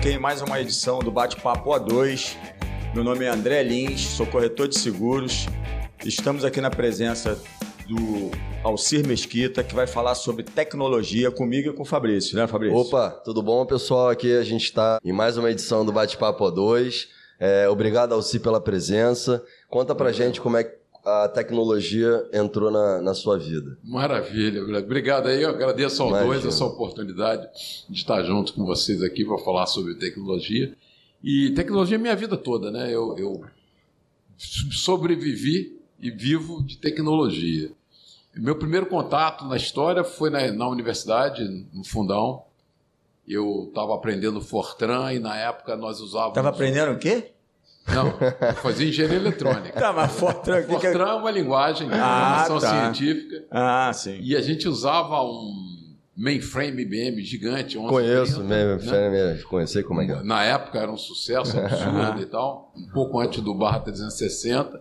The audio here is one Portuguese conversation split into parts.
aqui em mais uma edição do Bate-Papo A2. Meu nome é André Lins, sou corretor de seguros. Estamos aqui na presença do Alcir Mesquita, que vai falar sobre tecnologia comigo e com o Fabrício, né, Fabrício? Opa, tudo bom, pessoal? Aqui a gente está em mais uma edição do Bate-Papo A2. Obrigado, Alcir, pela presença. Conta pra gente como é que a tecnologia entrou na sua vida. Maravilha, obrigado aí. Eu agradeço aos dois essa oportunidade de estar junto com vocês aqui para falar sobre tecnologia. E tecnologia é minha vida toda, né? Eu sobrevivi e vivo de tecnologia. Meu primeiro contato na história foi na universidade, no Fundão. Eu estava aprendendo Fortran e na época nós usávamos... Estava aprendendo o quê? Não, eu fazia engenharia eletrônica. Tá, mas Fortran... Fortran é uma linguagem de programação científica. Ah, sim. E a gente usava um mainframe IBM gigante. Conheço, mainframe, conheci como é que é. Na época era um sucesso absurdo e tal, um pouco antes do barra 360.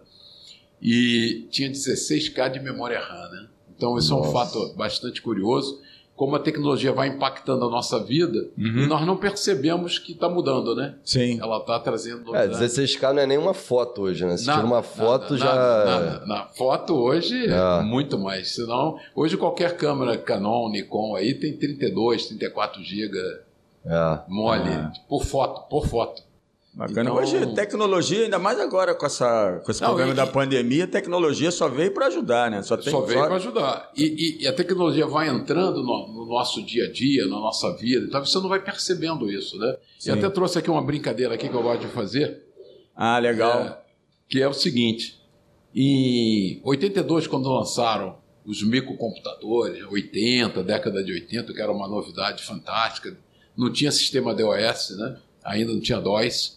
E tinha 16K de memória RAM, né? Então isso é um fato bastante curioso. Como a tecnologia vai impactando a nossa vida, e nós não percebemos que está mudando, né? Sim. Ela está trazendo novidade. 16K não é nem uma foto hoje, né? Se tira uma foto, Na foto hoje é muito mais. Senão, hoje qualquer câmera Canon, Nikon aí tem 32, 34 GB mole por foto. Bacana. Então, hoje, tecnologia, ainda mais agora com esse problema da pandemia, a tecnologia só veio para ajudar, né? Só veio para ajudar. E a tecnologia vai entrando no nosso dia a dia, na nossa vida, então você não vai percebendo isso, né? Sim. E até trouxe aqui uma brincadeira aqui que eu gosto de fazer. Ah, legal. Que é o seguinte, em 82, quando lançaram os microcomputadores, 80, década de 80, que era uma novidade fantástica, não tinha sistema DOS, né? Ainda não tinha DOS.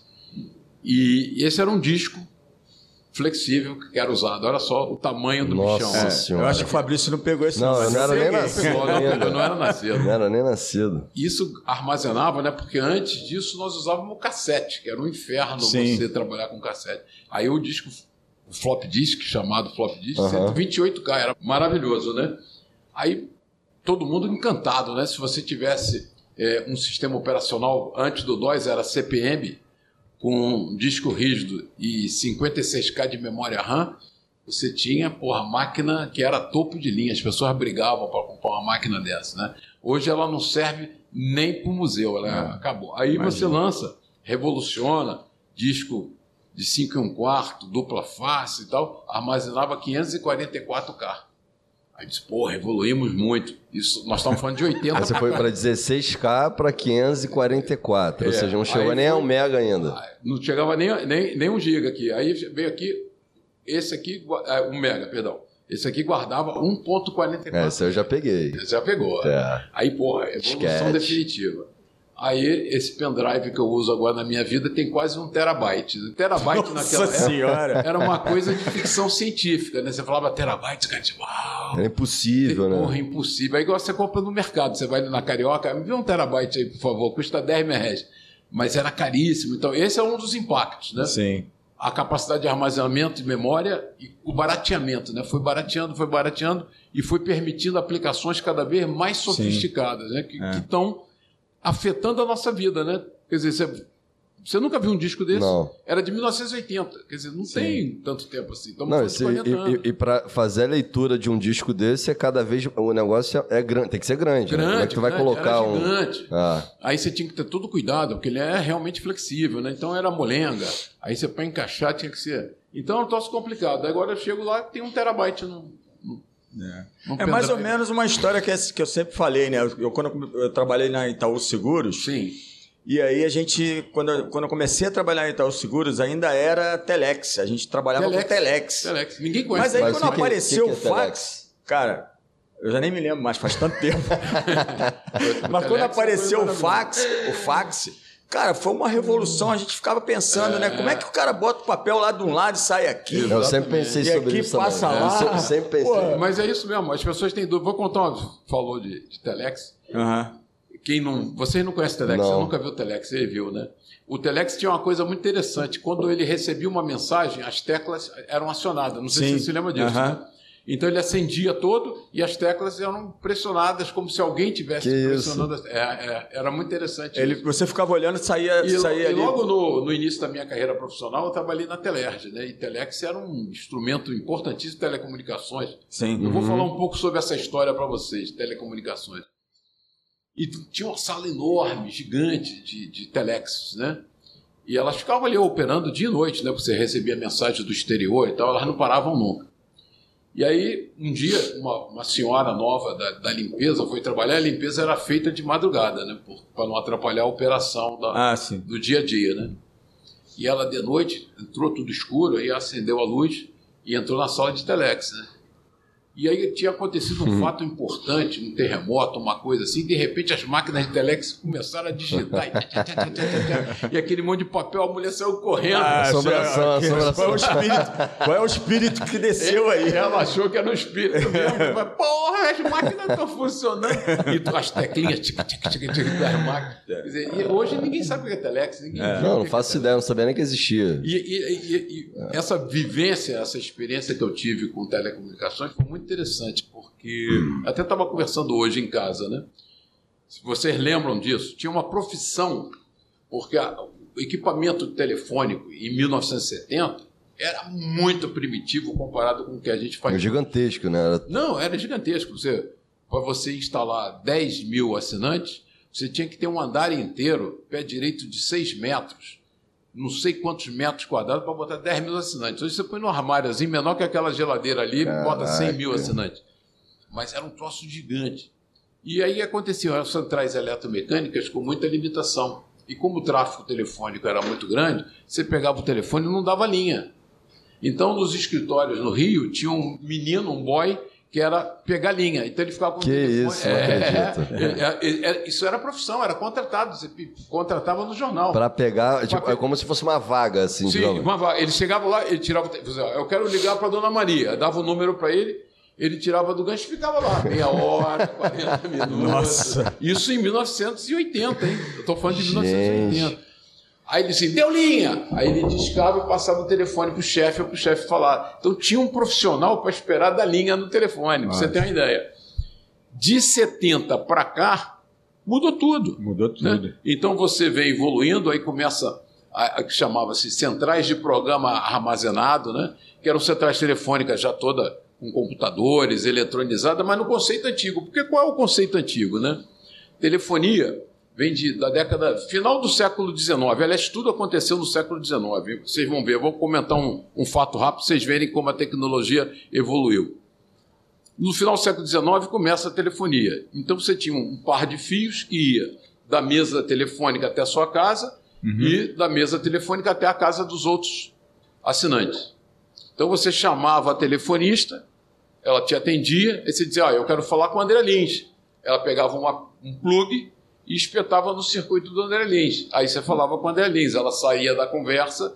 E esse era um disco flexível que era usado. Olha só o tamanho do bichão. Eu acho que o Fabrício não pegou esse não. Eu não era nem nascido. Eu não era nascido. Não era nem nascido. Isso armazenava, né? Porque antes disso nós usávamos o cassete, que era um inferno você trabalhar com cassete. Aí o disco, o flop disk, chamado flop disk, 128K, era maravilhoso, né? Aí todo mundo encantado, né? Se você tivesse um sistema operacional antes do DOS, era CP/M, com um disco rígido e 56K de memória RAM, você tinha máquina que era topo de linha. As pessoas brigavam para comprar uma máquina dessa, né? Hoje ela não serve nem para o museu, ela acabou. Aí você lança, revoluciona, disco de 5 1/4, dupla face e tal, armazenava 544K. Aí disse, evoluímos muito. Isso, nós estamos falando de 80. Aí você foi para 16K para 544. Ou seja, não chegou nem a 1 mega ainda. Não chegava nem 1 giga aqui. Aí veio aqui, esse aqui, 1 mega, perdão. Esse aqui guardava 1.44. Esse eu já peguei. Você já pegou. Aí, evolução definitiva. Aí, esse pendrive que eu uso agora na minha vida tem quase 1 terabyte. 1 terabyte naquela época era uma coisa de ficção científica, né? Você falava terabyte, cara, tipo, uau! É impossível, né? Impossível. Aí igual você compra no mercado, você vai na Carioca, me vê 1 terabyte aí, por favor, custa 10 reais. Mas era caríssimo. Então, esse é um dos impactos, né? Sim. A capacidade de armazenamento de memória e o barateamento, né? Foi barateando e foi permitindo aplicações cada vez mais sofisticadas, né? Que estão afetando a nossa vida, né? Quer dizer, você nunca viu um disco desse? Não. Era de 1980. Quer dizer, não tem tanto tempo assim. Estamos falando de 40 anos. E para fazer a leitura de um disco desse, cada vez o negócio é grande. Tem que ser grande. Né? Como é que tu vai colocar era gigante. Aí você tinha que ter todo cuidado, porque ele é realmente flexível, né? Então era molenga. Aí você para encaixar tinha que ser... Então é um troço complicado. Agora eu chego lá e tem 1 terabyte no É mais ou menos uma história que eu sempre falei, né? Quando eu trabalhei na Itaú Seguros, e aí quando eu comecei a trabalhar na Itaú Seguros, ainda era Telex. A gente trabalhava com Telex. Ninguém conhece. Mas aí quando apareceu o fax, cara, eu já nem me lembro mais, faz tanto tempo. Mas quando apareceu o fax, cara, foi uma revolução. A gente ficava pensando, né? Como é que o cara bota o papel lá de um lado e sai aqui? Eu sempre pensei sobre isso também. Passa lá. Eu sempre pensei. Mas é isso mesmo. As pessoas têm dúvida. Vou contar falou de Telex. Vocês não conhecem Telex? Você nunca viu o Telex, você viu, né? O Telex tinha uma coisa muito interessante. Quando ele recebia uma mensagem, as teclas eram acionadas. Não sei se você se lembra disso, né? Então ele acendia todo e as teclas eram pressionadas como se alguém tivesse pressionando. Era muito interessante. Você ficava olhando e saía e ali. Logo no início da minha carreira profissional, eu trabalhei na Telerge, né? E Telex era um instrumento importantíssimo de telecomunicações. Sim. Eu vou falar um pouco sobre essa história para vocês, telecomunicações. E tinha uma sala enorme, gigante de Telex, né? E elas ficavam ali operando dia e noite, né? Você recebia mensagem do exterior e tal, elas não paravam nunca. E aí, um dia, uma senhora nova da limpeza foi trabalhar, a limpeza era feita de madrugada, né? Para não atrapalhar a operação do dia a dia, né? E ela, de noite, entrou tudo escuro, aí acendeu a luz e entrou na sala de Telex, né? E aí tinha acontecido um fato importante, um terremoto, uma coisa assim, de repente as máquinas de Telex começaram a digitar e aquele monte de papel, a mulher saiu correndo. Assombração. Qual é o espírito que desceu aí? Ela achou que era um espírito mesmo. Porra, as máquinas estão funcionando. E as teclinhas das máquinas. Quer dizer, e hoje ninguém sabe o que é Telex. Não faço ideia, não sabia nem que existia. E essa vivência, essa experiência que eu tive com telecomunicações foi muito interessante, porque até estava conversando hoje em casa, né? Se vocês lembram disso, tinha uma profissão, porque o equipamento telefônico em 1970 era muito primitivo comparado com o que a gente faz. Gigantesco, né? Não, era gigantesco. Para você instalar 10 mil assinantes, você tinha que ter um andar inteiro, pé direito de 6 metros, não sei quantos metros quadrados para botar 10 mil assinantes. Hoje você põe num armáriozinho menor que aquela geladeira ali, bota 100 mil assinantes. Mas era um troço gigante. E aí aconteciam as centrais eletromecânicas com muita limitação. E como o tráfego telefônico era muito grande, você pegava o telefone e não dava linha. Então, nos escritórios no Rio, tinha um menino, um boy, que era pegar linha. Então ele ficava com o telefone. Isso, não acredito. Isso era profissão, era contratado. Você contratava no jornal. Para pegar, tipo, é como se fosse uma vaga, assim. Sim, uma vaga. Ele chegava lá, ele tirava... Eu quero ligar para a Dona Maria. Dava o número para ele tirava do gancho e ficava lá. Meia hora, 40 minutos. Nossa. Isso em 1980, hein? Eu estou falando de 1980. Aí ele disse, deu linha. Aí ele discava e passava o telefone para o chefe ou para o chefe falar. Então tinha um profissional para esperar da linha no telefone, para você ter uma ideia. De 70 para cá, mudou tudo. Mudou tudo. Né? Então você vem evoluindo, aí começa a que chamava-se centrais de programa armazenado, né? Que eram centrais telefônicas já toda com computadores, eletronizadas, mas no conceito antigo. Porque qual é o conceito antigo, né? Telefonia vem da década... final do século XIX. Aliás, tudo aconteceu no século XIX. Vocês vão ver. Eu vou comentar um fato rápido para vocês verem como a tecnologia evoluiu. No final do século XIX começa a telefonia. Então você tinha um par de fios que ia da mesa telefônica até a sua casa e da mesa telefônica até a casa dos outros assinantes. Então você chamava a telefonista, ela te atendia, e você dizia, eu quero falar com a André Lins. Ela pegava um plug e espetava no circuito do André Lins. Aí você falava com o André Lins, ela saía da conversa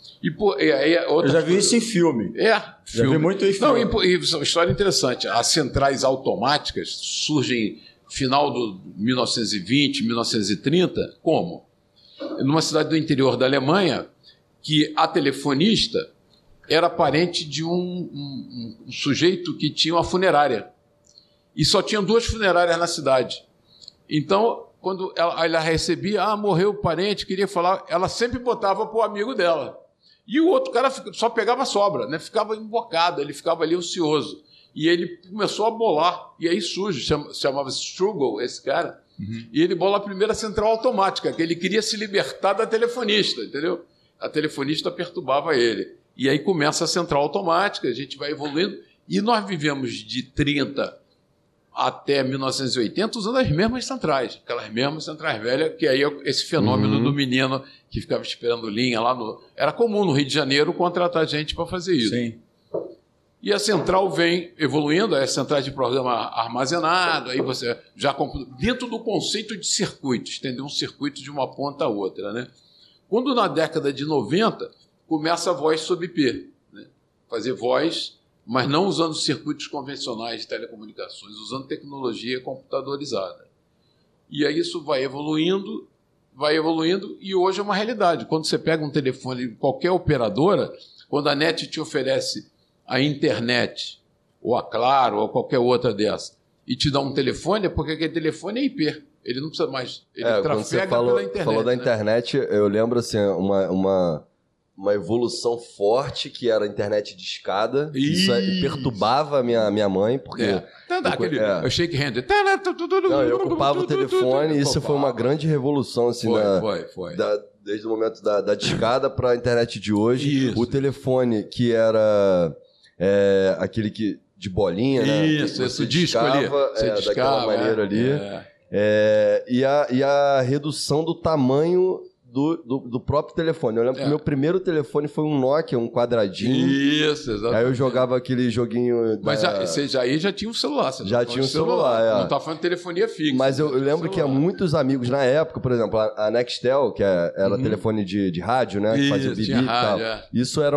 e aí eu já vi isso em filme. Já vi muito em filme. Não, e história interessante. As centrais automáticas surgem no final do 1920, 1930. Como? Numa cidade do interior da Alemanha, que a telefonista era parente de um sujeito que tinha uma funerária. E só tinha 2 funerárias na cidade. Então, quando ela recebia, morreu o parente, queria falar, ela sempre botava para o amigo dela. E o outro cara só pegava sobra, né? Ficava embocado, ele ficava ali ocioso. E ele começou a bolar, e aí surge, chamava-se Struggle, esse cara, e ele bola a primeira central automática, que ele queria se libertar da telefonista, entendeu? A telefonista perturbava ele. E aí começa a central automática, a gente vai evoluindo, e nós vivemos de 30 até 1980 usando as mesmas centrais, aquelas mesmas centrais velhas, que aí esse fenômeno do menino que ficava esperando linha lá no... Era comum no Rio de Janeiro contratar gente para fazer isso. Sim. E a central vem evoluindo, as centrais de programa armazenado, aí você já... Dentro do conceito de circuito, estender um circuito de uma ponta a outra, né? Quando na década de 90 começa a voz sob IP, né? Fazer voz, mas não usando circuitos convencionais de telecomunicações, usando tecnologia computadorizada. E aí isso vai evoluindo, e hoje é uma realidade. Quando você pega um telefone de qualquer operadora, quando a NET te oferece a internet ou a Claro, ou qualquer outra dessa, e te dá um telefone, é porque aquele telefone é IP. Ele não precisa mais. Ele trafega pela internet. Falou da internet, eu lembro assim, uma evolução forte que era a internet de escada. Isso perturbava a minha mãe, porque... Eu shake hand. Não, eu ocupava o telefone e isso foi uma grande revolução, assim, foi. Desde o momento da discada para a internet de hoje. Isso. O telefone que era aquele de bolinha, né? Isso, esse disco ali. Daquela maneira ali. E a redução do tamanho do próprio telefone. Eu lembro que o meu primeiro telefone foi um Nokia, um quadradinho. Isso, exatamente. Aí eu jogava aquele joguinho... Mas aí já tinha um celular. Já tinha um celular, Não tá falando de telefonia fixa. Mas eu lembro que há muitos amigos na época, por exemplo, a Nextel, que era telefone de rádio, né? Que fazia o bibi e tal. Isso era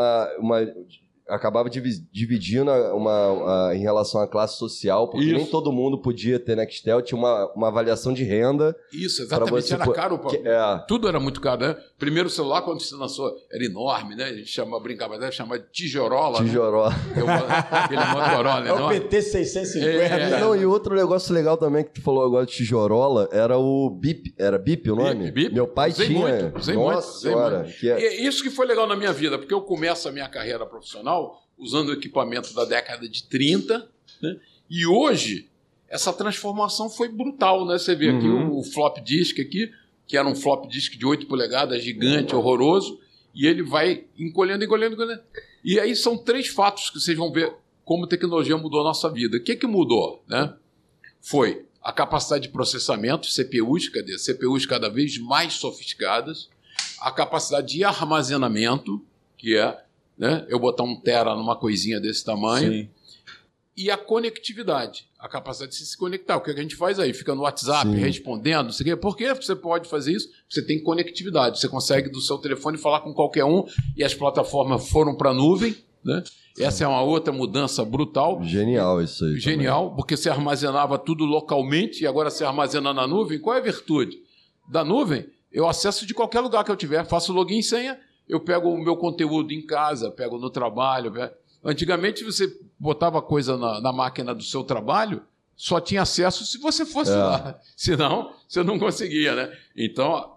acabava dividindo em relação à classe social, porque nem todo mundo podia ter Nextel, tinha uma avaliação de renda. Isso, exatamente, era caro. Tudo era muito caro, né? Primeiro celular, quando se lançou, era enorme, né? A gente brincava de tijorola. Tijorola. Né? Aquele Motorola enorme. É o PT 650. Não, e outro negócio legal também que tu falou agora de tijorola, era o BIP. Era BIP o nome? BIP. Meu pai tinha. Usei muito. Isso que foi legal na minha vida, porque eu começo a minha carreira profissional usando o equipamento da década de 30, né? E hoje essa transformação foi brutal, né? Você vê aqui o flop disk aqui, que era um flop disk de 8 polegadas, gigante, horroroso, e ele vai encolhendo. E aí são 3 fatos que vocês vão ver como a tecnologia mudou a nossa vida. O que mudou, né? Foi a capacidade de processamento, CPUs cada vez mais sofisticadas, a capacidade de armazenamento, que é, né, eu botar 1 tera numa coisinha desse tamanho. Sim. E a conectividade, a capacidade de se conectar. O que a gente faz aí? Fica no WhatsApp, respondendo, não sei o quê. Por que você pode fazer isso? Você tem conectividade. Você consegue do seu telefone falar com qualquer um e as plataformas foram para a nuvem, né? Essa é uma outra mudança brutal. Genial isso aí. Genial, também. Porque você armazenava tudo localmente e agora você armazena na nuvem. Qual é a virtude da nuvem? Eu acesso de qualquer lugar que eu tiver, faço login e senha, eu pego o meu conteúdo em casa, pego no trabalho. Antigamente você botava coisa na máquina do seu trabalho, só tinha acesso se você fosse lá. Senão, você não conseguia, né? Então,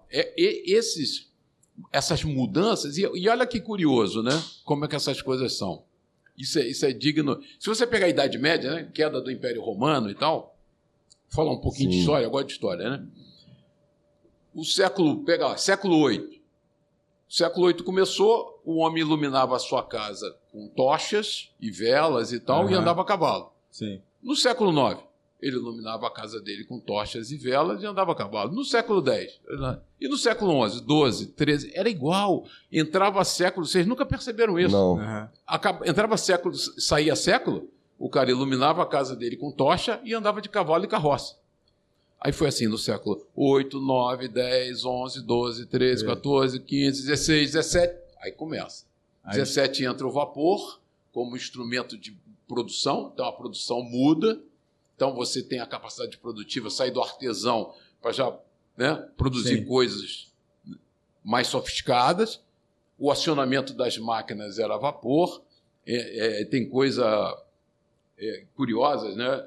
essas mudanças... E olha que curioso, né? Como é que essas coisas são. Isso é digno... Se você pegar a Idade Média, né? Queda do Império Romano e tal, falar um pouquinho de história, eu gosto de história, né? Século VIII. O século VIII começou, o homem iluminava a sua casa com tochas e velas e tal, e andava a cavalo. Sim. No século IX, ele iluminava a casa dele com tochas e velas e andava a cavalo. No século X, e no século XI, XII, XIII, era igual. Entrava século, vocês nunca perceberam isso? Não. Entrava século, saía século, o cara iluminava a casa dele com tocha e andava de cavalo e carroça. Aí foi assim no século 8, 9, 10, 11, 12, 13, 14, 15, 16, 17. Aí começa. 17 entra o vapor como instrumento de produção. Então a produção muda. Então você tem a capacidade produtiva, sair do artesão para já, né, produzir coisas mais sofisticadas. O acionamento das máquinas era a vapor. Tem coisa curiosas, né?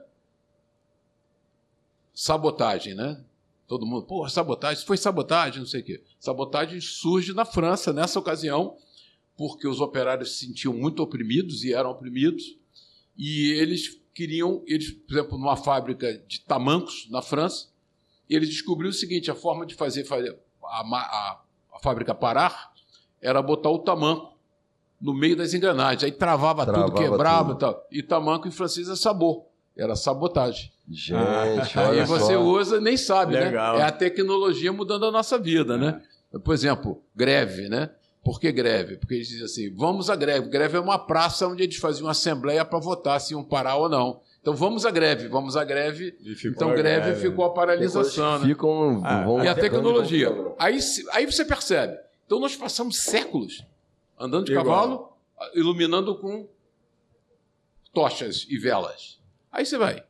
Sabotagem, né? Todo mundo, sabotagem, isso foi sabotagem, não sei o quê. Sabotagem surge na França, nessa ocasião, porque os operários se sentiam muito oprimidos e eram oprimidos, e eles, por exemplo, numa fábrica de tamancos na França, eles descobriram o seguinte: a forma de fazer a fábrica parar era botar o tamanco no meio das engrenagens, aí travava tudo, quebrava tudo. E tal. E tamanco em francês é sabot, era sabotagem. Gente, olha aí você usa, nem sabe, legal, né? É a tecnologia mudando a nossa vida, né? Por exemplo, greve, né? Por que greve? Porque eles dizem assim, vamos à greve. Greve é uma praça onde eles faziam uma assembleia para votar se iam parar ou não. Então vamos à greve. Então greve ficou a paralisação, né? E a tecnologia. Aí você percebe. Então nós passamos séculos andando de cavalo, iluminando com tochas e velas. Aí você vai.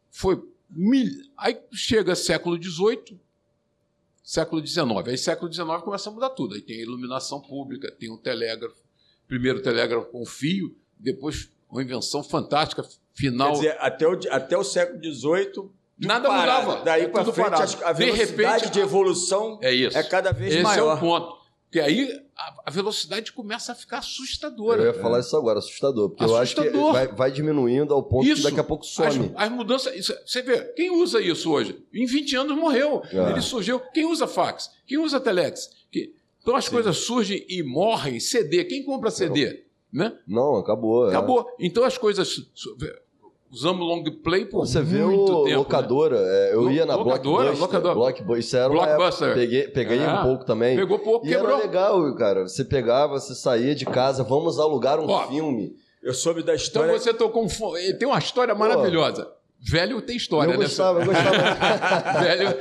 Aí chega século XVIII, século XIX. Aí século XIX começa a mudar tudo. Aí tem a iluminação pública, tem o telégrafo. Primeiro o telégrafo com fio, depois uma invenção fantástica, final... Quer dizer, até o século XVIII... Nada mudava. Daí para frente, a velocidade de evolução é cada vez maior. Esse é o ponto. Porque aí a velocidade começa a ficar assustadora. Eu ia falar isso agora, assustador. Porque eu acho que vai diminuindo ao ponto que daqui a pouco some. As mudanças... você vê, quem usa isso hoje? Em 20 anos morreu. Ele surgiu. Quem usa fax? Quem usa telex? Então as coisas surgem e morrem. CD. Quem compra CD? Né? Não, acabou. Acabou. Então as coisas... Usamos long play por Você vê muito tempo. Locadora. Né? Eu ia na Blockbuster. Isso era Blockbuster. Peguei um pouco também. Pegou pouco, e quebrou. Era legal, cara. Você pegava, você saía de casa, vamos alugar um filme. Eu soube da história... Então você tocou tem uma história maravilhosa. Velho tem história, eu né? Gostava. Velho...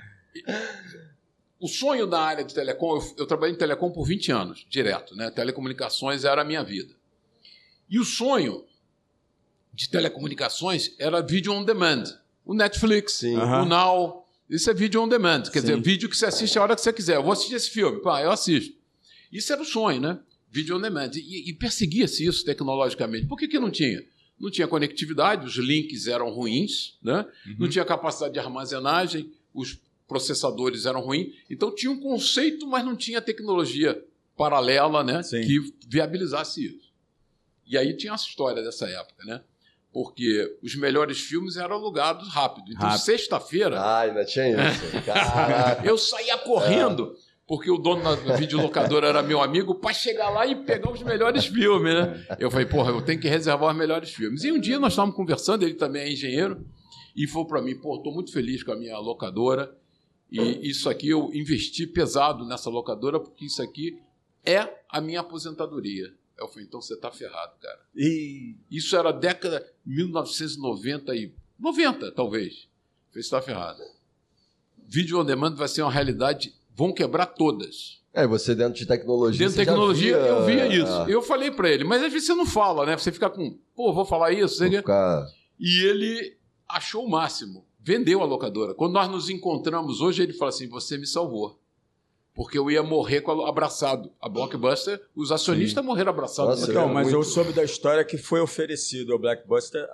O sonho da área de telecom... Eu trabalhei em telecom por 20 anos, direto, né? Telecomunicações era a minha vida. E o sonho de telecomunicações era vídeo on demand. O Netflix, o Now, isso é vídeo on demand. Quer dizer, vídeo que você assiste a hora que você quiser. Eu vou assistir esse filme, eu assisto. Isso era o sonho, né? Vídeo on demand. E perseguia-se isso tecnologicamente. Por que não tinha? Não tinha conectividade, os links eram ruins, né? Não tinha capacidade de armazenagem, os processadores eram ruins. Então tinha um conceito, mas não tinha tecnologia paralela, né? Que viabilizasse isso. E aí tinha essa história dessa época, né? Porque os melhores filmes eram alugados rápido. Então, sexta-feira... ainda tinha isso. Caraca. Eu saía correndo, porque o dono da videolocadora era meu amigo, para chegar lá e pegar os melhores filmes, né? Eu falei, eu tenho que reservar os melhores filmes. E um dia nós estávamos conversando, ele também é engenheiro, e falou para mim, estou muito feliz com a minha locadora, e isso aqui eu investi pesado nessa locadora, porque isso aqui é a minha aposentadoria. Eu falei, então você está ferrado, cara. Isso era década 1990, talvez. Eu falei, você está ferrado. Vídeo on demand vai ser uma realidade, vão quebrar todas. Você dentro de tecnologia... Dentro de tecnologia, eu via isso. Eu falei para ele, mas às vezes você não fala, né? Você fica com, vou falar isso. E ele achou o máximo, vendeu a locadora. Quando nós nos encontramos hoje, ele fala assim, você me salvou. Porque eu ia morrer abraçado. A Blockbuster, os acionistas morreram abraçados. Mas eu soube da história que foi oferecido ao Blockbuster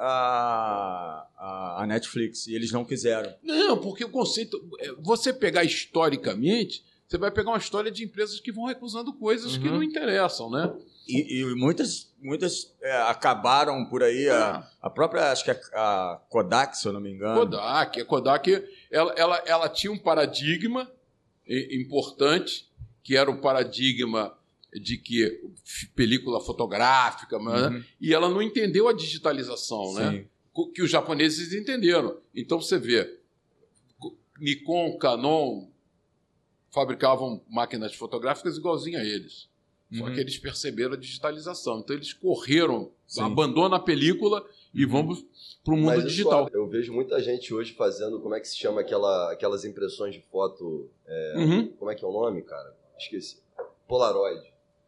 a Netflix, e eles não quiseram. Não, porque o conceito... Você pegar historicamente, você vai pegar uma história de empresas que vão recusando coisas que não interessam, né? E muitas acabaram por aí. A própria, acho que a Kodak, se eu não me engano. A Kodak, ela tinha um paradigma importante, que era o paradigma de que película fotográfica, e ela não entendeu a digitalização, né? Que os japoneses entenderam. Então você vê, Nikon, Canon fabricavam máquinas fotográficas igualzinho a eles. Só que eles perceberam a digitalização. Então eles correram, abandonam a película e vamos para o mundo digital. Eu vejo muita gente hoje fazendo, como é que se chama aquelas impressões de foto, como é que é o nome, cara? Esqueci. Polaroid.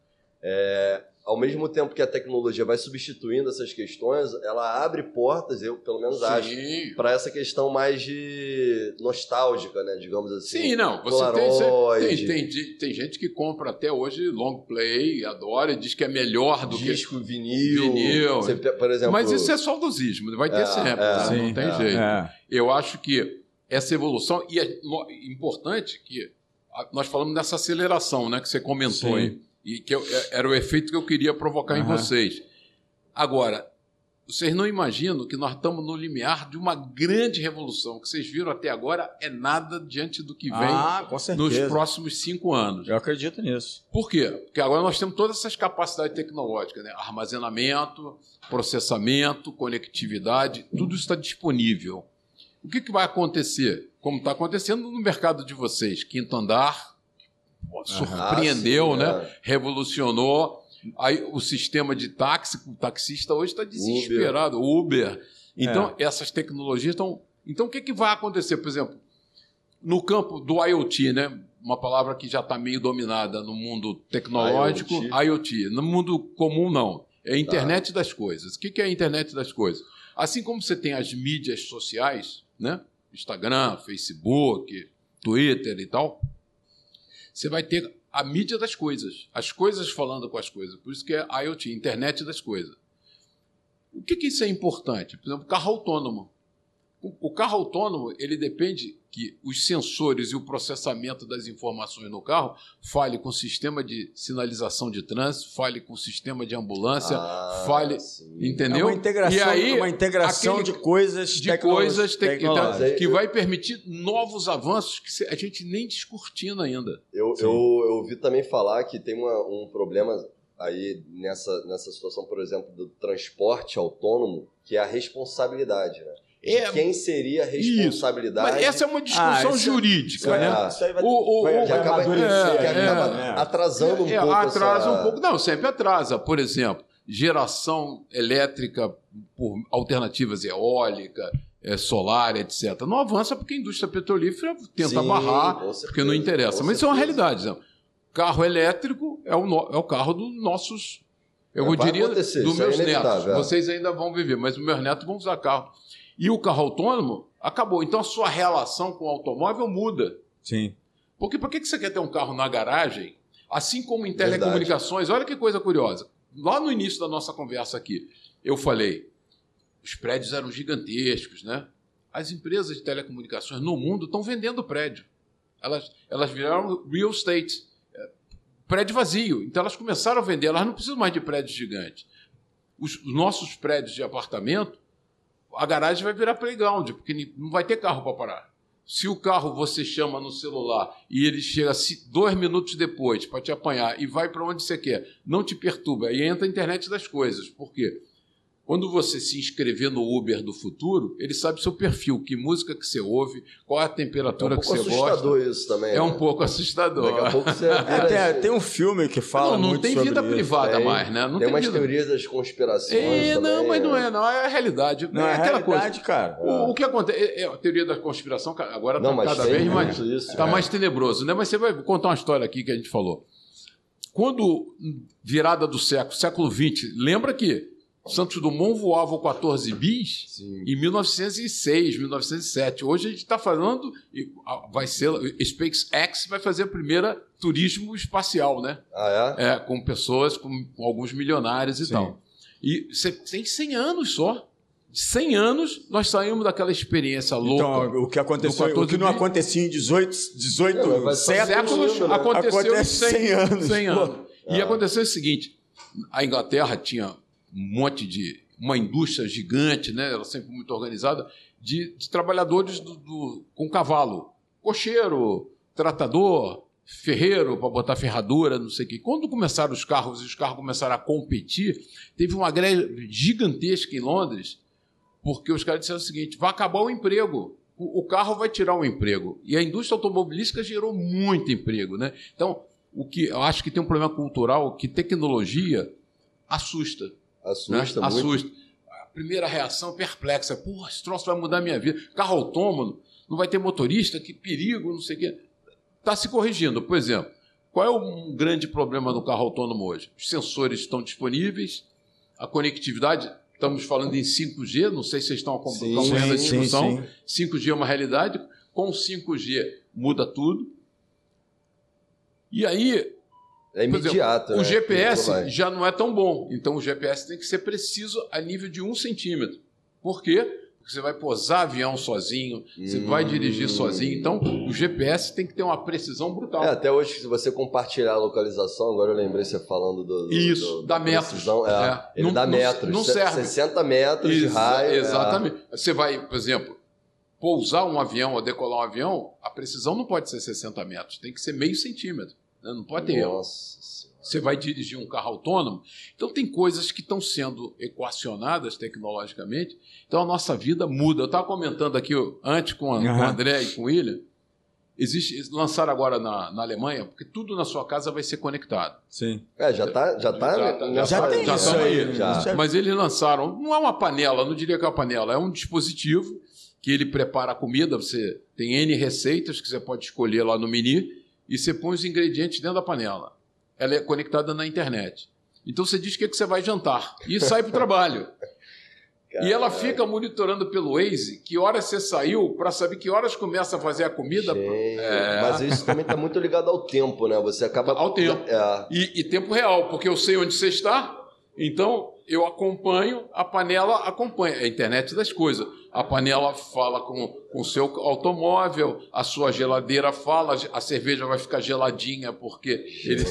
Ao mesmo tempo que a tecnologia vai substituindo essas questões, ela abre portas, eu pelo menos acho, para essa questão mais de nostálgica, né? Digamos assim. Sim, não. Você tem gente que compra até hoje long play, adora e diz que é melhor do disco, vinil. Você, por exemplo, mas isso é saudosismo, vai ter sempre, não tem jeito. Eu acho que essa evolução, e é importante que nós falamos dessa aceleração, né, que você comentou aí. E que era o efeito que eu queria provocar em vocês. Agora, vocês não imaginam que nós estamos no limiar de uma grande revolução. O que vocês viram até agora é nada diante do que vem nos próximos 5 anos. Eu acredito nisso. Por quê? Porque agora nós temos todas essas capacidades tecnológicas, né? Armazenamento, processamento, conectividade, tudo isso está disponível. O que vai acontecer? Como está acontecendo no mercado de vocês, quinto andar, surpreendeu, né? Revolucionou. Aí o sistema de táxi, o taxista hoje está desesperado. Uber. Então, essas tecnologias estão... Então, o que vai acontecer? Por exemplo, no campo do IoT, né? Uma palavra que já está meio dominada no mundo tecnológico, IoT. No mundo comum, não. É a internet das coisas. O que é a internet das coisas? Assim como você tem as mídias sociais, né? Instagram, Facebook, Twitter e tal, você vai ter a mídia das coisas, as coisas falando com as coisas. Por isso que é IoT, internet das coisas. O que isso é importante? Por exemplo, carro autônomo. O carro autônomo, ele depende que os sensores e o processamento das informações no carro fale com o sistema de sinalização de trânsito, fale com o sistema de ambulância, fale... Sim. Entendeu? É uma integração de coisas tecnológicas que vai permitir novos avanços que a gente nem descortina ainda. Eu ouvi também falar que tem um problema aí nessa situação, por exemplo, do transporte autônomo, que é a responsabilidade, né? Quem seria a responsabilidade? Mas essa é uma discussão jurídica, né? Isso aí acaba atrasando um pouco. Atrasa um pouco. Não, sempre atrasa. Por exemplo, geração elétrica por alternativas eólica, solar, etc. Não avança porque a indústria petrolífera tenta barrar, porque não interessa. Mas isso é uma realidade. Né? Carro elétrico é o carro dos nossos... Eu diria dos meus netos. Vocês ainda vão viver, mas os meus netos vão usar carro. E o carro autônomo acabou. Então a sua relação com o automóvel muda. Sim. Porque por que você quer ter um carro na garagem? Assim como em telecomunicações. Olha que coisa curiosa. Lá no início da nossa conversa aqui, eu falei, os prédios eram gigantescos, né? As empresas de telecomunicações no mundo estão vendendo prédio. Elas viraram real estate. Prédio vazio. Então elas começaram a vender. Elas não precisam mais de prédios gigantes. Os nossos prédios de apartamento, a garagem vai virar playground, porque não vai ter carro para parar. Se o carro você chama no celular e ele chega 2 minutos depois para te apanhar e vai para onde você quer, não te perturba. Aí entra a internet das coisas. Por quê? Quando você se inscrever no Uber do futuro, ele sabe o seu perfil, que música que você ouve, qual é a temperatura que você gosta. É um pouco assustador isso também. É um pouco assustador. Daqui a pouco você... tem um filme que fala muito sobre isso. Não tem vida privada mais, né? Tem umas teorias das conspirações também. Não, mas não é a realidade. Não, é aquela realidade, coisa. Cara. O que acontece... A teoria da conspiração agora está cada vez mais... Está mais tenebroso, né? Mas você vai contar uma história aqui que a gente falou. Quando, virada do século XX, lembra que Santos Dumont voava o 14 bis em 1906, 1907. Hoje a gente está falando, vai ser, SpaceX vai fazer a primeira turismo espacial, né? Com pessoas, com alguns milionários e tal. E tem 100 anos só. 100 anos nós saímos daquela experiência louca. Então, o que aconteceu, o que não acontecia em 18 séculos, aconteceu em 100 anos. 100 anos. E aconteceu o seguinte, a Inglaterra tinha uma indústria gigante, né? Ela sempre muito organizada, de trabalhadores com cavalo. Cocheiro, tratador, ferreiro para botar ferradura, não sei o quê. Quando começaram os carros e os carros começaram a competir, teve uma greve gigantesca em Londres, porque os caras disseram o seguinte, vai acabar o emprego. O carro vai tirar o emprego. E a indústria automobilística gerou muito emprego, né? Então, o que eu acho que tem um problema cultural, que tecnologia assusta. Assusta, né? Muito. Assusta. A primeira reação perplexa. Porra, esse troço vai mudar a minha vida. Carro autônomo, não vai ter motorista, que perigo, não sei o quê. Está se corrigindo. Por exemplo, qual é um grande problema no carro autônomo hoje? Os sensores estão disponíveis, a conectividade, estamos falando em 5G, não sei se vocês estão acompanhando a discussão. 5G é uma realidade. Com 5G muda tudo. E aí... É imediato. Exemplo, o GPS já não é tão bom. Então, o GPS tem que ser preciso a nível de 1 centímetro. Por quê? Porque você vai pousar avião sozinho, você vai dirigir sozinho. Então, o GPS tem que ter uma precisão brutal. Até hoje, se você compartilhar a localização, agora eu lembrei você falando dá metros. Precisão, ele dá metros. Não serve. 60 metros de raio. Exatamente. Você vai, por exemplo, pousar um avião ou decolar um avião, a precisão não pode ser 60 metros, tem que ser meio centímetro. Não pode ter erro. Você vai dirigir um carro autônomo. Então, tem coisas que estão sendo equacionadas tecnologicamente. Então, a nossa vida muda. Eu estava comentando aqui antes com o André e com o William. Lançaram agora na Alemanha, porque tudo na sua casa vai ser conectado. Sim. Já tem isso aí. Mas eles lançaram, não é uma panela, não diria que é uma panela, é um dispositivo que ele prepara a comida. Você tem N receitas que você pode escolher lá no menu. E você põe os ingredientes dentro da panela. Ela é conectada na internet. Então você diz o que você vai jantar. E sai para o trabalho. Caramba. E ela fica monitorando pelo Waze que horas você saiu para saber que horas começa a fazer a comida. Mas isso também está muito ligado ao tempo, né? Você acaba... Ao tempo. E tempo real, porque eu sei onde você está. Então, eu acompanho, a panela acompanha. É a internet das coisas. A panela fala com o seu automóvel, a sua geladeira fala, a cerveja vai ficar geladinha porque ele...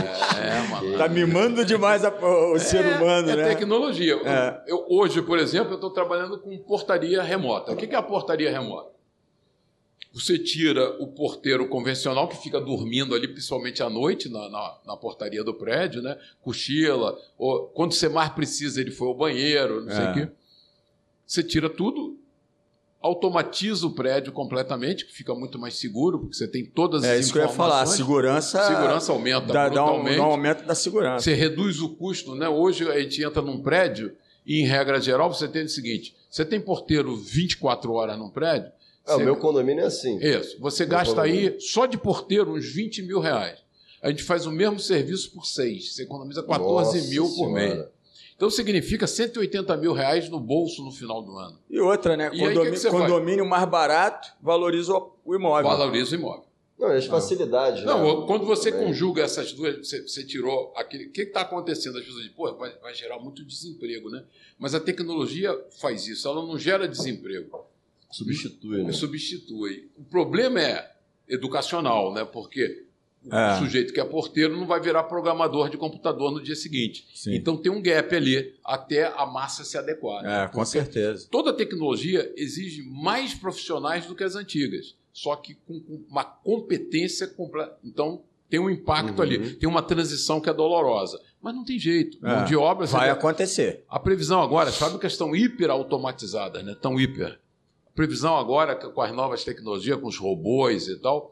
Tá mimando demais o ser humano, né? É tecnologia. Hoje, por exemplo, eu estou trabalhando com portaria remota. O que é a portaria remota? Você tira o porteiro convencional que fica dormindo ali, principalmente à noite, na portaria do prédio, né? Cochila, ou quando você mais precisa, ele foi ao banheiro, não sei o quê. Você tira tudo, automatiza o prédio completamente, que fica muito mais seguro, porque você tem todas as informações. É isso que eu ia falar, a segurança aumenta brutalmente. Dá um aumento da segurança. Você reduz o custo, né? Hoje a gente entra num prédio e, em regra geral, você tem o seguinte, você tem porteiro 24 horas num prédio. O meu condomínio é assim. Isso. Você gasta aí, só de porteiro, uns 20 mil reais. A gente faz o mesmo serviço por 6. Você economiza 14 mil por mês. Então, significa 180 mil reais no bolso no final do ano. E outra, né? Condomínio mais barato valoriza o imóvel. Valoriza o imóvel. Não, as facilidades. Não, quando você conjuga essas duas, você tirou aquele... O que está acontecendo? As pessoas dizem, pô, vai gerar muito desemprego, né? Mas a tecnologia faz isso, ela não gera desemprego. Substitui, né? Substitui. O problema é educacional, né? Porque o sujeito que é porteiro não vai virar programador de computador no dia seguinte. Sim. Então tem um gap ali até a massa se adequar. Né? Com certeza. Toda tecnologia exige mais profissionais do que as antigas, só que com uma competência completa. Então tem um impacto ali, tem uma transição que é dolorosa. Mas não tem jeito. Mão de obra... Vai acontecer. A previsão agora, as fábricas estão hiper automatizadas, né? Estão hiper. Previsão agora, com as novas tecnologias, com os robôs e tal,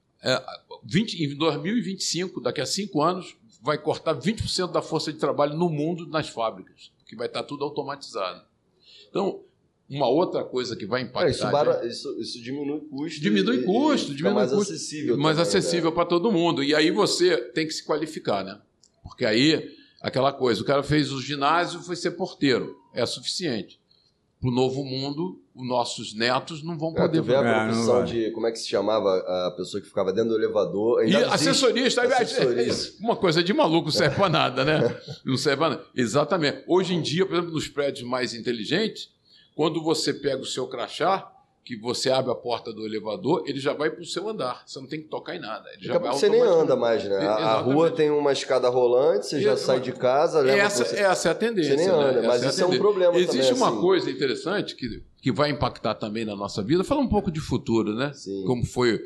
em 2025, daqui a 5 anos, vai cortar 20% da força de trabalho no mundo nas fábricas, porque vai estar tudo automatizado. Então, uma outra coisa que vai impactar... Isso diminui custo. Diminui custo. Mais acessível. Mais acessível para todo mundo. E aí você tem que se qualificar, né? Porque aí, aquela coisa, o cara fez o ginásio, foi ser porteiro. É suficiente. Para o novo mundo, os nossos netos não vão poder... Tu vê a profissão de... Como é que se chamava a pessoa que ficava dentro do elevador? E assessorista. Uma coisa de maluco, não serve para nada, né? Não serve para nada. Exatamente. Hoje em dia, por exemplo, nos prédios mais inteligentes, quando você pega o seu crachá, que você abre a porta do elevador, ele já vai para o seu andar. Você não tem que tocar em nada. Ele já vai você nem anda mais, né? A rua tem uma escada rolante, você já sai de casa... Essa é a tendência. Você nem anda, mas isso é um problema também. Existe uma coisa interessante que vai impactar também na nossa vida. Fala um pouco de futuro, né? Sim. Como foi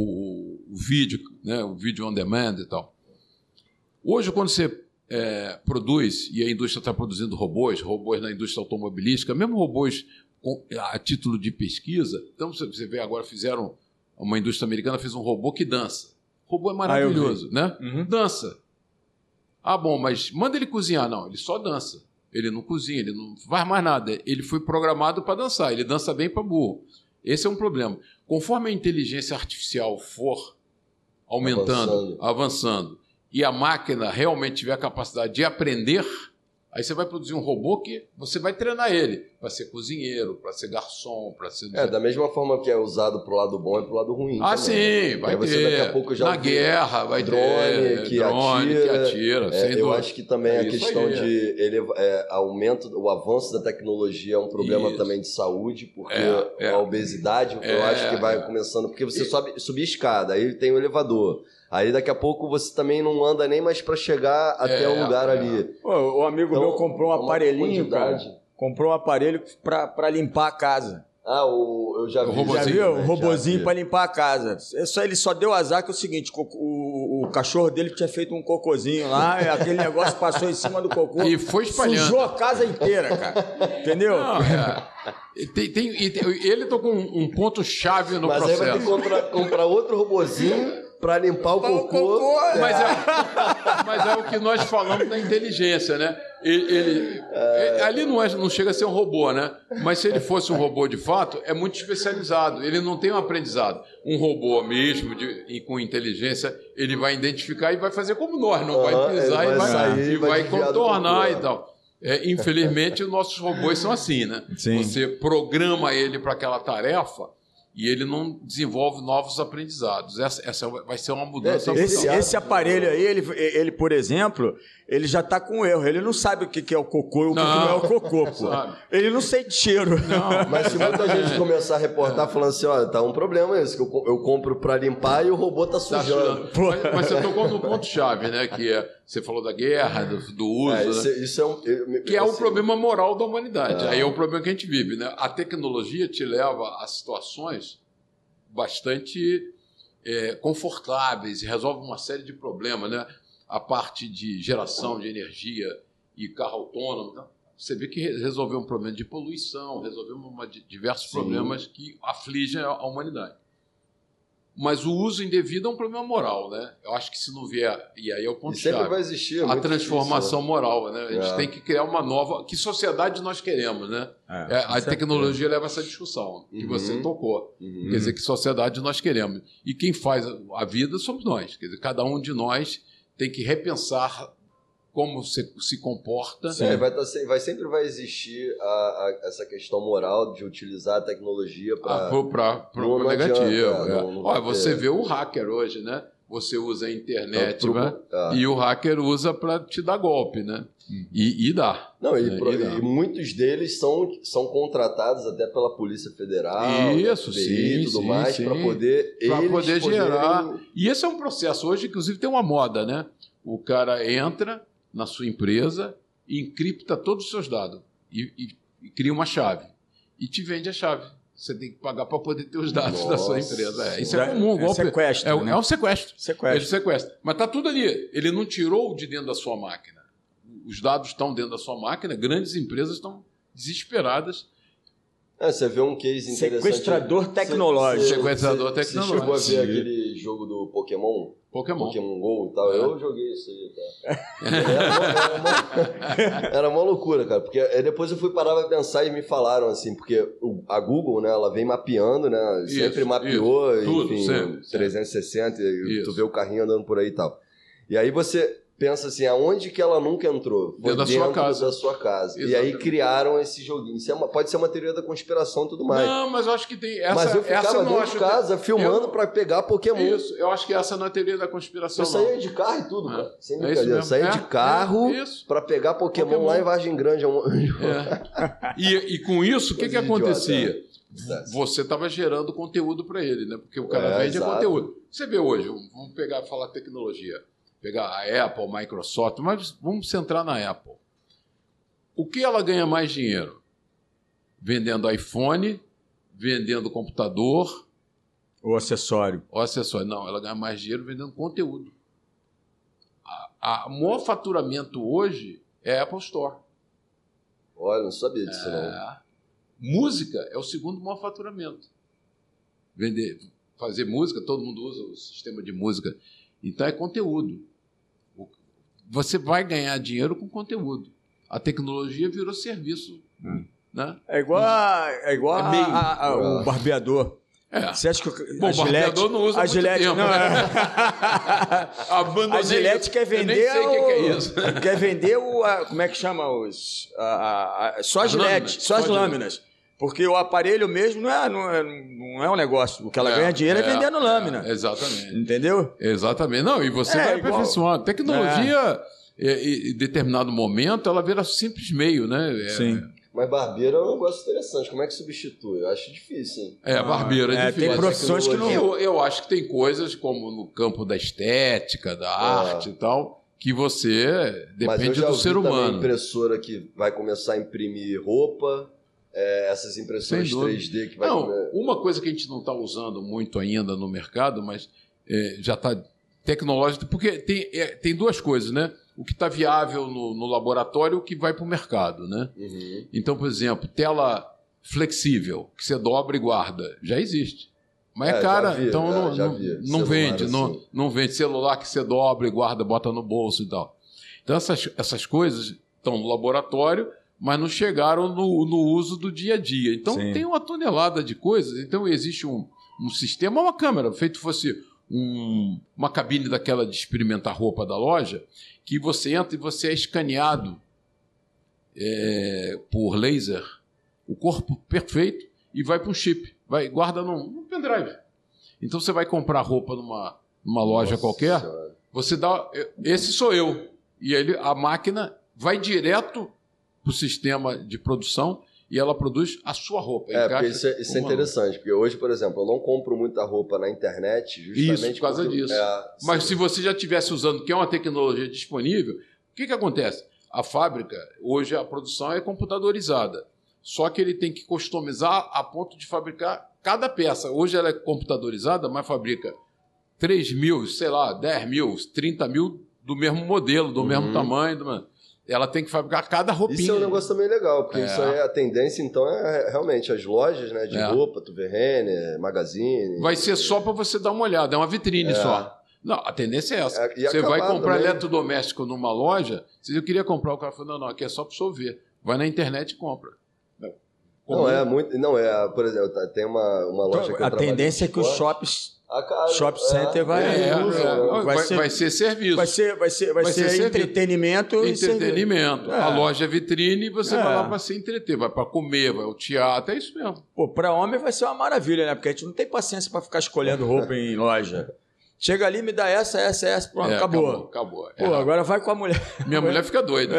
o vídeo, né? O vídeo on demand e tal. Hoje, quando você produz, e a indústria está produzindo robôs na indústria automobilística, mesmo robôs a título de pesquisa. Então, você vê agora, uma indústria americana fez um robô que dança. O robô é maravilhoso, né? Dança. Bom, mas manda ele cozinhar. Não, ele só dança. Ele não cozinha, ele não faz mais nada. Ele foi programado para dançar. Ele dança bem para burro. Esse é um problema. Conforme a inteligência artificial for aumentando, avançando, e a máquina realmente tiver a capacidade de aprender... Aí você vai produzir um robô que você vai treinar ele para ser cozinheiro, para ser garçom, para ser... da mesma forma que é usado para o lado bom e para o lado ruim. Sim, vai ter. Você daqui a pouco já na guerra vai drone ter que atira. Eu acho que também a questão de aumento, o avanço da tecnologia é um problema também de saúde, porque a obesidade eu acho que vai começando, porque você subir escada, aí tem o elevador. Aí daqui a pouco você também não anda nem mais para chegar até o lugar ali. O amigo meu comprou um aparelhinho, cara. Comprou um aparelho para limpar a casa. Eu já vi. Já viu? O robozinho para limpar a casa. Ele só deu azar que é o seguinte, o cachorro dele tinha feito um cocôzinho lá, e aquele negócio passou em cima do cocô. E foi espalhando. Sujou a casa inteira, cara. Entendeu? Não, ele tô com um ponto-chave no processo. Mas aí vai ter que comprar outro robozinho para limpar o cocô. Mas é o que nós falamos da inteligência, né? Ali não chega a ser um robô, né? Mas se ele fosse um robô de fato, é muito especializado. Ele não tem um aprendizado. Um robô mesmo, com inteligência, ele vai identificar e vai fazer como nós, não vai pisar e vai contornar e tal. Infelizmente, os nossos robôs são assim, né? Sim. Você programa ele para aquela tarefa e ele não desenvolve novos aprendizados. Essa vai ser uma mudança. Esse aparelho aí, ele, por exemplo, ele já está com erro. Ele não sabe o que é o cocô e o que não é o cocô, pô. Ele não sente cheiro. Não, mas se muita gente começar a reportar falando assim, ó, tá um problema esse, que eu compro para limpar e o robô tá sujando. Mas você tocou no ponto-chave, né? Que você falou da guerra, do uso. Isso que é um problema moral da humanidade. Aí é um problema que a gente vive, né? A tecnologia te leva a situações bastante confortáveis e resolve uma série de problemas, né? A parte de geração de energia e carro autônomo, né? Você vê que resolveu um problema de poluição, resolveu diversos problemas que afligem a humanidade. Mas o uso indevido é um problema moral, né? Eu acho que se não vier... E aí é o ponto-chave. Sempre vai existir. A transformação moral, né? A gente tem que criar uma nova... Que sociedade nós queremos, né? A tecnologia leva essa discussão que você tocou. Quer dizer, que sociedade nós queremos. E quem faz a vida somos nós. Quer dizer, cada um de nós tem que repensar como se comporta. Sempre vai existir essa questão moral de utilizar a tecnologia para o negativo. Olha, você vê o hacker hoje, né? Você usa a internet e o hacker usa para te dar golpe, né? E dá. E muitos deles são contratados até pela Polícia Federal, FBI, tudo mais, para poder gerar. E esse é um processo. Hoje, inclusive, tem uma moda, né? O cara entra na sua empresa, encripta todos os seus dados e cria uma chave. E te vende a chave. Você tem que pagar para poder ter os dados da sua empresa. Isso é comum. É sequestro. É um sequestro. Ele sequestra. Mas está tudo ali. Ele não tirou de dentro da sua máquina. Os dados estão dentro da sua máquina. Grandes empresas estão desesperadas. Você vê um case interessante. Sequestrador tecnológico. Sequestrador tecnológico. Você chegou a ver aquele jogo do Pokémon Go e tal. Eu joguei isso aí, cara. Era uma loucura, cara. Porque depois eu fui parar pra pensar e me falaram assim, porque a Google, né, ela vem mapeando, né? Sempre mapeou, enfim, sempre. 360, e tu vê o carrinho andando por aí e tal. E aí você pensa assim, aonde que ela nunca entrou? Foi dentro da sua casa. Exatamente. E aí criaram esse joguinho. Isso pode ser uma teoria da conspiração e tudo mais. Não, mas eu acho que tem... Mas eu ficava dentro de casa filmando para pegar Pokémon. Isso, eu acho que essa não é a teoria da conspiração. Eu saía de carro e tudo, cara. Sem brincadeira. Eu saía de carro para pegar Pokémon lá em Vargem Grande. E com isso, o que acontecia? Você estava gerando conteúdo para ele, né? Porque o cara vende conteúdo. Você vê hoje, vamos falar tecnologia. Pegar a Apple, a Microsoft, mas vamos centrar na Apple. O que ela ganha mais dinheiro? Vendendo iPhone, vendendo computador. Ou acessório. Não, ela ganha mais dinheiro vendendo conteúdo. O maior faturamento hoje é a Apple Store. Olha, não sabia disso, não. Música é o segundo maior faturamento. Fazer música, todo mundo usa o sistema de música. Então é conteúdo. Você vai ganhar dinheiro com conteúdo. A tecnologia virou serviço. Né? É igual o barbeador. Você acha que o barbeador não usa a Gillette, muito tempo, a Gillette quer vender... Eu nem sei o que é isso. Quer vender como é que chama? Só a Gillette, só as lâminas. Porque o aparelho mesmo não é um negócio. O que ela ganha dinheiro é vendendo lâmina. Exatamente. Entendeu? Exatamente. Não, e você vai aperfeiçoando. Tecnologia, em determinado momento, ela vira simples meio, né? Sim. Mas barbeiro é um negócio interessante. Como é que substitui? Eu acho difícil, hein? Barbeiro é difícil. Tem profissões que não... Eu acho que tem coisas, como no campo da estética, da arte e tal, que você depende do ser humano. Mas eu já vi também impressora que vai começar a imprimir roupa... essas impressões 3D que vai... Uma coisa que a gente não está usando muito ainda no mercado, mas já está tecnológico, porque tem duas coisas, né? O que está viável no laboratório e o que vai para o mercado, né? Então, por exemplo, tela flexível, que você dobra e guarda, já existe. Mas é cara, então não vende. Assim. Não vende celular que você dobra e guarda, bota no bolso e tal. Então, essas coisas estão no laboratório, mas não chegaram no uso do dia a dia. Então, tem uma tonelada de coisas. Então, existe um sistema, uma câmera, feito fosse uma cabine daquela de experimentar roupa da loja, que você entra e você é escaneado por laser, o corpo perfeito, e vai para um chip. vai guarda num pendrive. Então você vai comprar roupa numa loja qualquer, você dá... Esse sou eu. E a máquina vai direto para o sistema de produção e ela produz a sua roupa. Porque isso é interessante, porque hoje, por exemplo, eu não compro muita roupa na internet justamente por causa disso. Mas se você já estivesse usando, que é uma tecnologia disponível, o que acontece? A fábrica, hoje a produção é computadorizada, só que ele tem que customizar a ponto de fabricar cada peça. Hoje ela é computadorizada, mas fabrica 3 mil, sei lá, 10 mil, 30 mil do mesmo modelo, do mesmo tamanho. Ela tem que fabricar cada roupinha. Isso é um negócio também legal, porque isso aí, a tendência, então, é realmente as lojas, né, de roupa, Tu vê Renner, Magazine... Vai ser só para você dar uma olhada, é uma vitrine só. Não, a tendência é essa. Você vai comprar também eletrodoméstico numa loja, se eu queria comprar, o cara falou, não, aqui é só para você ver. Vai na internet e compra. Por exemplo, tem uma loja que eu a tendência é que os shopping center vai ser serviço. Vai ser entretenimento. Entretenimento. A loja é vitrine e você vai lá para se entreter, vai para comer, vai ao teatro, é isso mesmo. Pô, para homem vai ser uma maravilha, né? Porque a gente não tem paciência para ficar escolhendo roupa em loja. Chega ali, me dá essa, pronto, acabou. Pô, agora vai com a mulher. Minha mulher fica doida.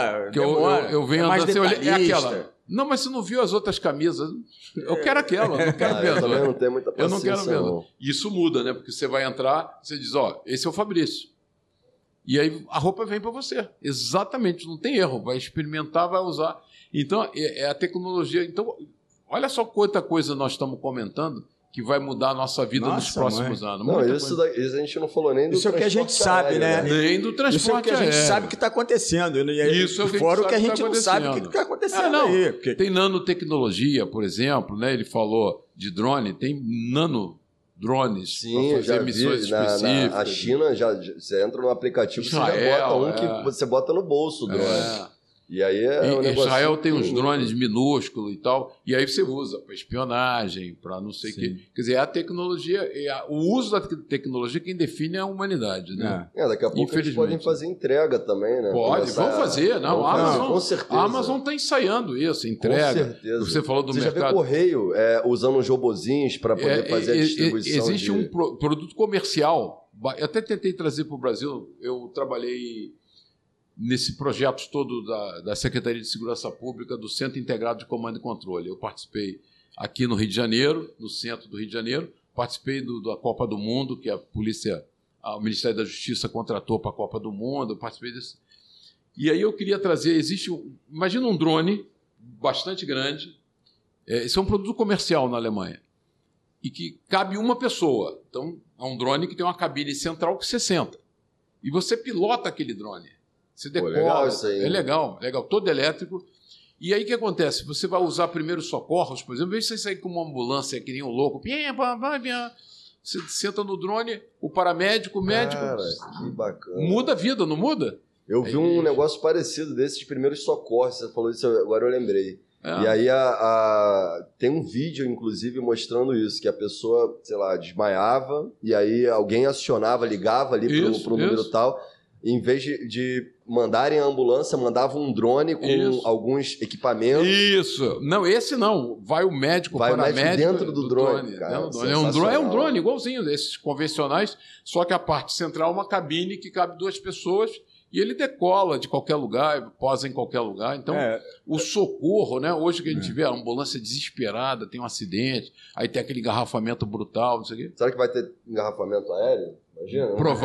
Eu venho andando, você olha, é aquela. Não, mas você não viu as outras camisas? Eu quero aquela, não quero ver. Eu também não tenho muita paciência. Eu não quero ver. Isso muda, né? Porque você vai entrar, você diz, esse é o Fabrício. E aí a roupa vem para você. Exatamente, não tem erro. Vai experimentar, vai usar. Então, é a tecnologia. Então, olha só quanta coisa nós estamos comentando que vai mudar a nossa vida nos próximos anos. Não, isso a gente não falou nem do transporte. Isso é o que a gente sabe, né? Nem do transporte. Isso é o que a gente sabe que está acontecendo. Isso é o que fora o que a gente não sabe o que está acontecendo aí. Porque... Tem nanotecnologia, por exemplo, né? Ele falou de drone, tem nanodrones para fazer missões específicas. A China, você entra no aplicativo, Israel, você já bota que você bota no bolso o drone. E aí Israel tem uns drones minúsculos e tal, e aí você usa para espionagem, para não sei o quê. Quer dizer, a tecnologia, o uso da tecnologia quem define é a humanidade, né? Daqui a pouco eles podem fazer entrega também, né? Vão fazer. Não, a Amazon, com certeza. A Amazon está ensaiando isso, entrega. Com certeza. Você falou do mercado. Você já vê correio usando uns robozinhos para poder fazer a distribuição. Existe um produto comercial. Eu até tentei trazer para o Brasil, eu trabalhei nesse projeto todo da Secretaria de Segurança Pública, do Centro Integrado de Comando e Controle. Eu participei aqui no Rio de Janeiro, no centro do Rio de Janeiro, participei da Copa do Mundo, que o Ministério da Justiça contratou para a Copa do Mundo, eu participei disso. E aí eu queria trazer, imagina um drone bastante grande, esse é um produto comercial na Alemanha, e que cabe uma pessoa. Então, é um drone que tem uma cabine central que você senta. E você pilota aquele drone. Você decola, legal isso aí. É legal, todo elétrico. E aí o que acontece? Você vai usar primeiros socorros, por exemplo, em vez de você sair com uma ambulância que nem um louco, você senta no drone, o paramédico, o médico. Cara, que bacana. Muda a vida, não muda? Eu vi um negócio parecido desses primeiros socorros, você falou isso, agora eu lembrei. E aí tem um vídeo, inclusive, mostrando isso, que a pessoa, sei lá, desmaiava, e aí alguém acionava, ligava ali pro número tal. Em vez de mandarem a ambulância, mandavam um drone com alguns equipamentos. Isso. Não, esse não. Vai o médico, o paramédico dentro do drone. Cara, é um drone igualzinho desses convencionais, só que a parte central é uma cabine que cabe 2 pessoas e ele decola de qualquer lugar, posa em qualquer lugar. Então, o socorro, né? Hoje que a gente vê a ambulância desesperada, tem um acidente, aí tem aquele engarrafamento brutal, não sei o quê. Será que vai ter engarrafamento aéreo? Imagina.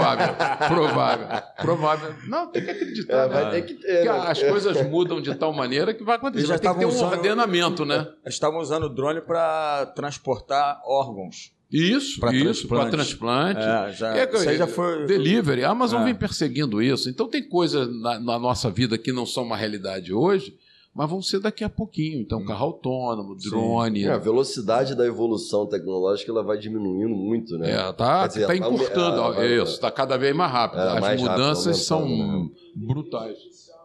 Provável. Não, tem que acreditar. Vai ter que ter. As coisas mudam de tal maneira que vai acontecer. Vai ter que ter um ordenamento, né? Estavam usando o drone para transportar órgãos. Isso, para transplante. Isso aí já foi... Delivery. A Amazon vem perseguindo isso. Então tem coisas na nossa vida que não são uma realidade hoje, mas vão ser daqui a pouquinho. Então, carro autônomo, drone... A velocidade da evolução tecnológica ela vai diminuindo muito, né? Está encurtando. Isso, está cada vez mais rápido. As mudanças são brutais.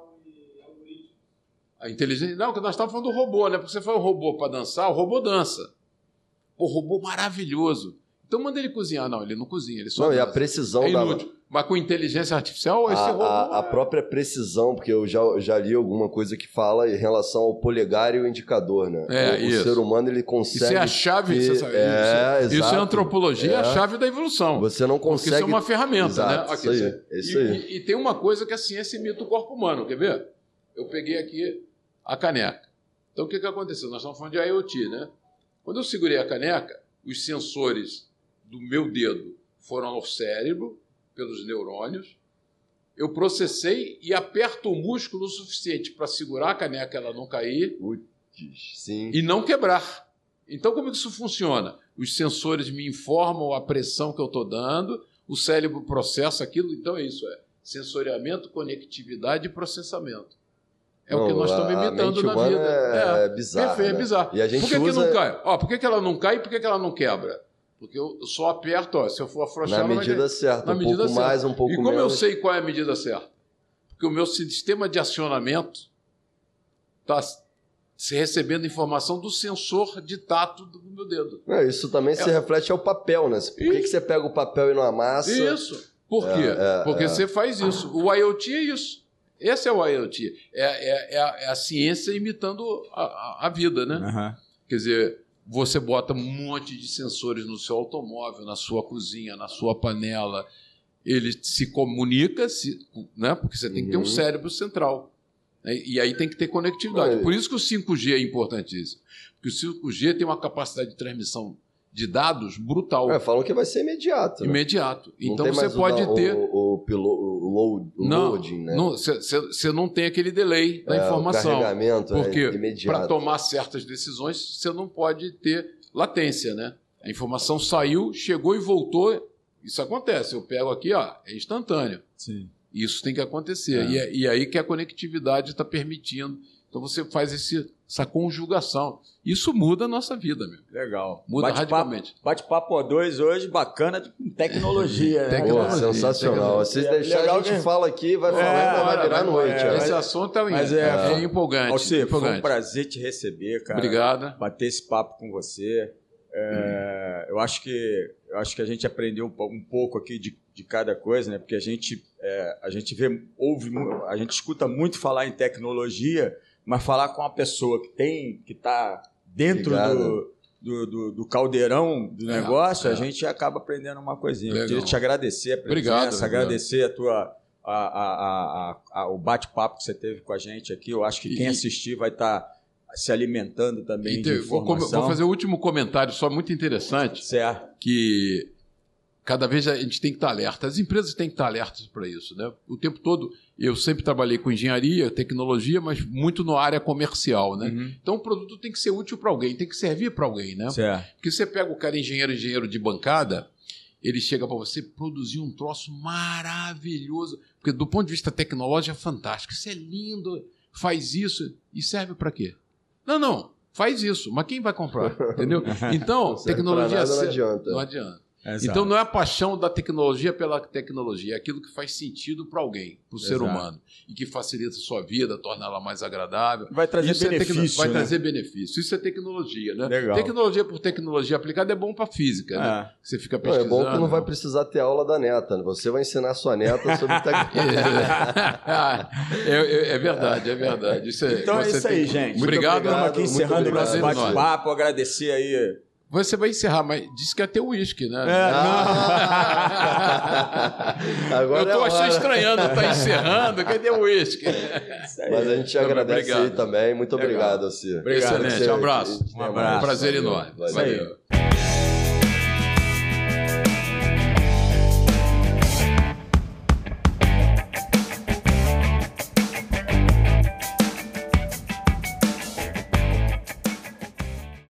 A inteligência... Não, que nós estávamos falando do robô, né? Porque você foi um robô para dançar, o robô dança. O robô maravilhoso. Então manda ele cozinhar. Não, ele não cozinha, ele só dança. E a precisão Mas com inteligência artificial, esse robô... A própria precisão, porque eu já li alguma coisa que fala em relação ao polegar e o indicador, né? O ser humano, ele consegue... Isso é a chave, você sabe? Isso é antropologia, é a chave da evolução. Você não consegue... Porque isso é uma ferramenta, exato, né? Aqui, isso aí. E tem uma coisa que a ciência imita o corpo humano, quer ver? Eu peguei aqui a caneca. Então, o que aconteceu? Nós estamos falando de IoT, né? Quando eu segurei a caneca, os sensores do meu dedo foram ao cérebro, pelos neurônios, eu processei e aperto o músculo o suficiente para segurar a caneca, ela não cair e não quebrar. Então, como isso funciona? Os sensores me informam a pressão que eu estou dando, o cérebro processa aquilo, então é isso, sensoriamento, conectividade e processamento. É o que nós estamos imitando na vida. É bizarro. Perfeito, é bizarro. E a gente por que não cai? Por que ela não cai e por que ela não quebra? Porque eu só aperto, se eu for afrouxar... Na medida certa, um pouco mais, um pouco menos. E como eu sei qual é a medida certa? Porque o meu sistema de acionamento está se recebendo informação do sensor de tato do meu dedo. Isso também se reflete ao papel, né? Por que você pega o papel e não amassa? Isso. Por quê? Porque você faz isso. O IoT é isso. Esse é o IoT. É a ciência imitando a vida, né? Uhum. Quer dizer... Você bota um monte de sensores no seu automóvel, na sua cozinha, na sua panela. Ele se comunica, né? Porque você tem que ter um cérebro central. E aí tem que ter conectividade. Por isso que o 5G é importantíssimo. Porque o 5G tem uma capacidade de transmissão de dados brutal. Falam que vai ser imediato. Né? Imediato. Então você pode ter... O loading, né? Você não tem aquele delay da informação. O carregamento porque imediato. Para tomar certas decisões, você não pode ter latência, né? A informação saiu, chegou e voltou. Isso acontece. Eu pego aqui, é instantâneo. Sim. Isso tem que acontecer. E aí que a conectividade está permitindo. Então você faz essa conjugação. Isso muda a nossa vida, meu. Legal. Muda radicalmente. Bate-papo A2 hoje, bacana, com tecnologia. Né? Sensacional. Se deixar, a gente fala aqui, vai falando, vai virar noite. Esse assunto é empolgante. Alcir, foi um prazer te receber, cara. Obrigado. Bater esse papo com você. Eu acho que a gente aprendeu um pouco aqui de cada coisa, né? Porque a gente escuta muito falar em tecnologia, mas falar com uma pessoa que está dentro do caldeirão do negócio, a gente acaba aprendendo uma coisinha. Eu queria te agradecer a presença, agradecer o bate-papo que você teve com a gente aqui. Eu acho que quem assistir vai estar se alimentando também de informação. Vou fazer o último comentário só muito interessante. Certo. Que cada vez a gente tem que estar alerta. As empresas têm que estar alertas para isso, né? O tempo todo, eu sempre trabalhei com engenharia, tecnologia, mas muito na área comercial, né? Então o produto tem que ser útil para alguém, tem que servir para alguém, né? Certo. Porque você pega o cara engenheiro de bancada, ele chega para você produzir um troço maravilhoso, porque do ponto de vista tecnológico é fantástico, isso é lindo, faz isso, e serve para quê? Não, faz isso, mas quem vai comprar? Entendeu? Então, tecnologia não adianta. Exato. Então não é a paixão da tecnologia pela tecnologia, é aquilo que faz sentido para alguém, para o ser humano, e que facilita a sua vida, torna ela mais agradável. Vai trazer benefício. Vai trazer benefício. Isso é tecnologia, né? Legal. Tecnologia por tecnologia aplicada é bom para física, né? Você fica pesquisando. É bom que não vai precisar ter aula da neta, né? Você vai ensinar a sua neta sobre tecnologia. É verdade. Então é isso aí, gente. Muito obrigado. Estamos aqui encerrando o nosso bate-papo, agradecer aí. Você vai encerrar, mas disse que ia ter uísque, né? Agora eu estou estranhando, está encerrando, cadê o uísque? Mas a gente agradece aí também. Muito obrigado, Alcir. Excelente, um abraço. Um abraço. Um prazer enorme. Valeu.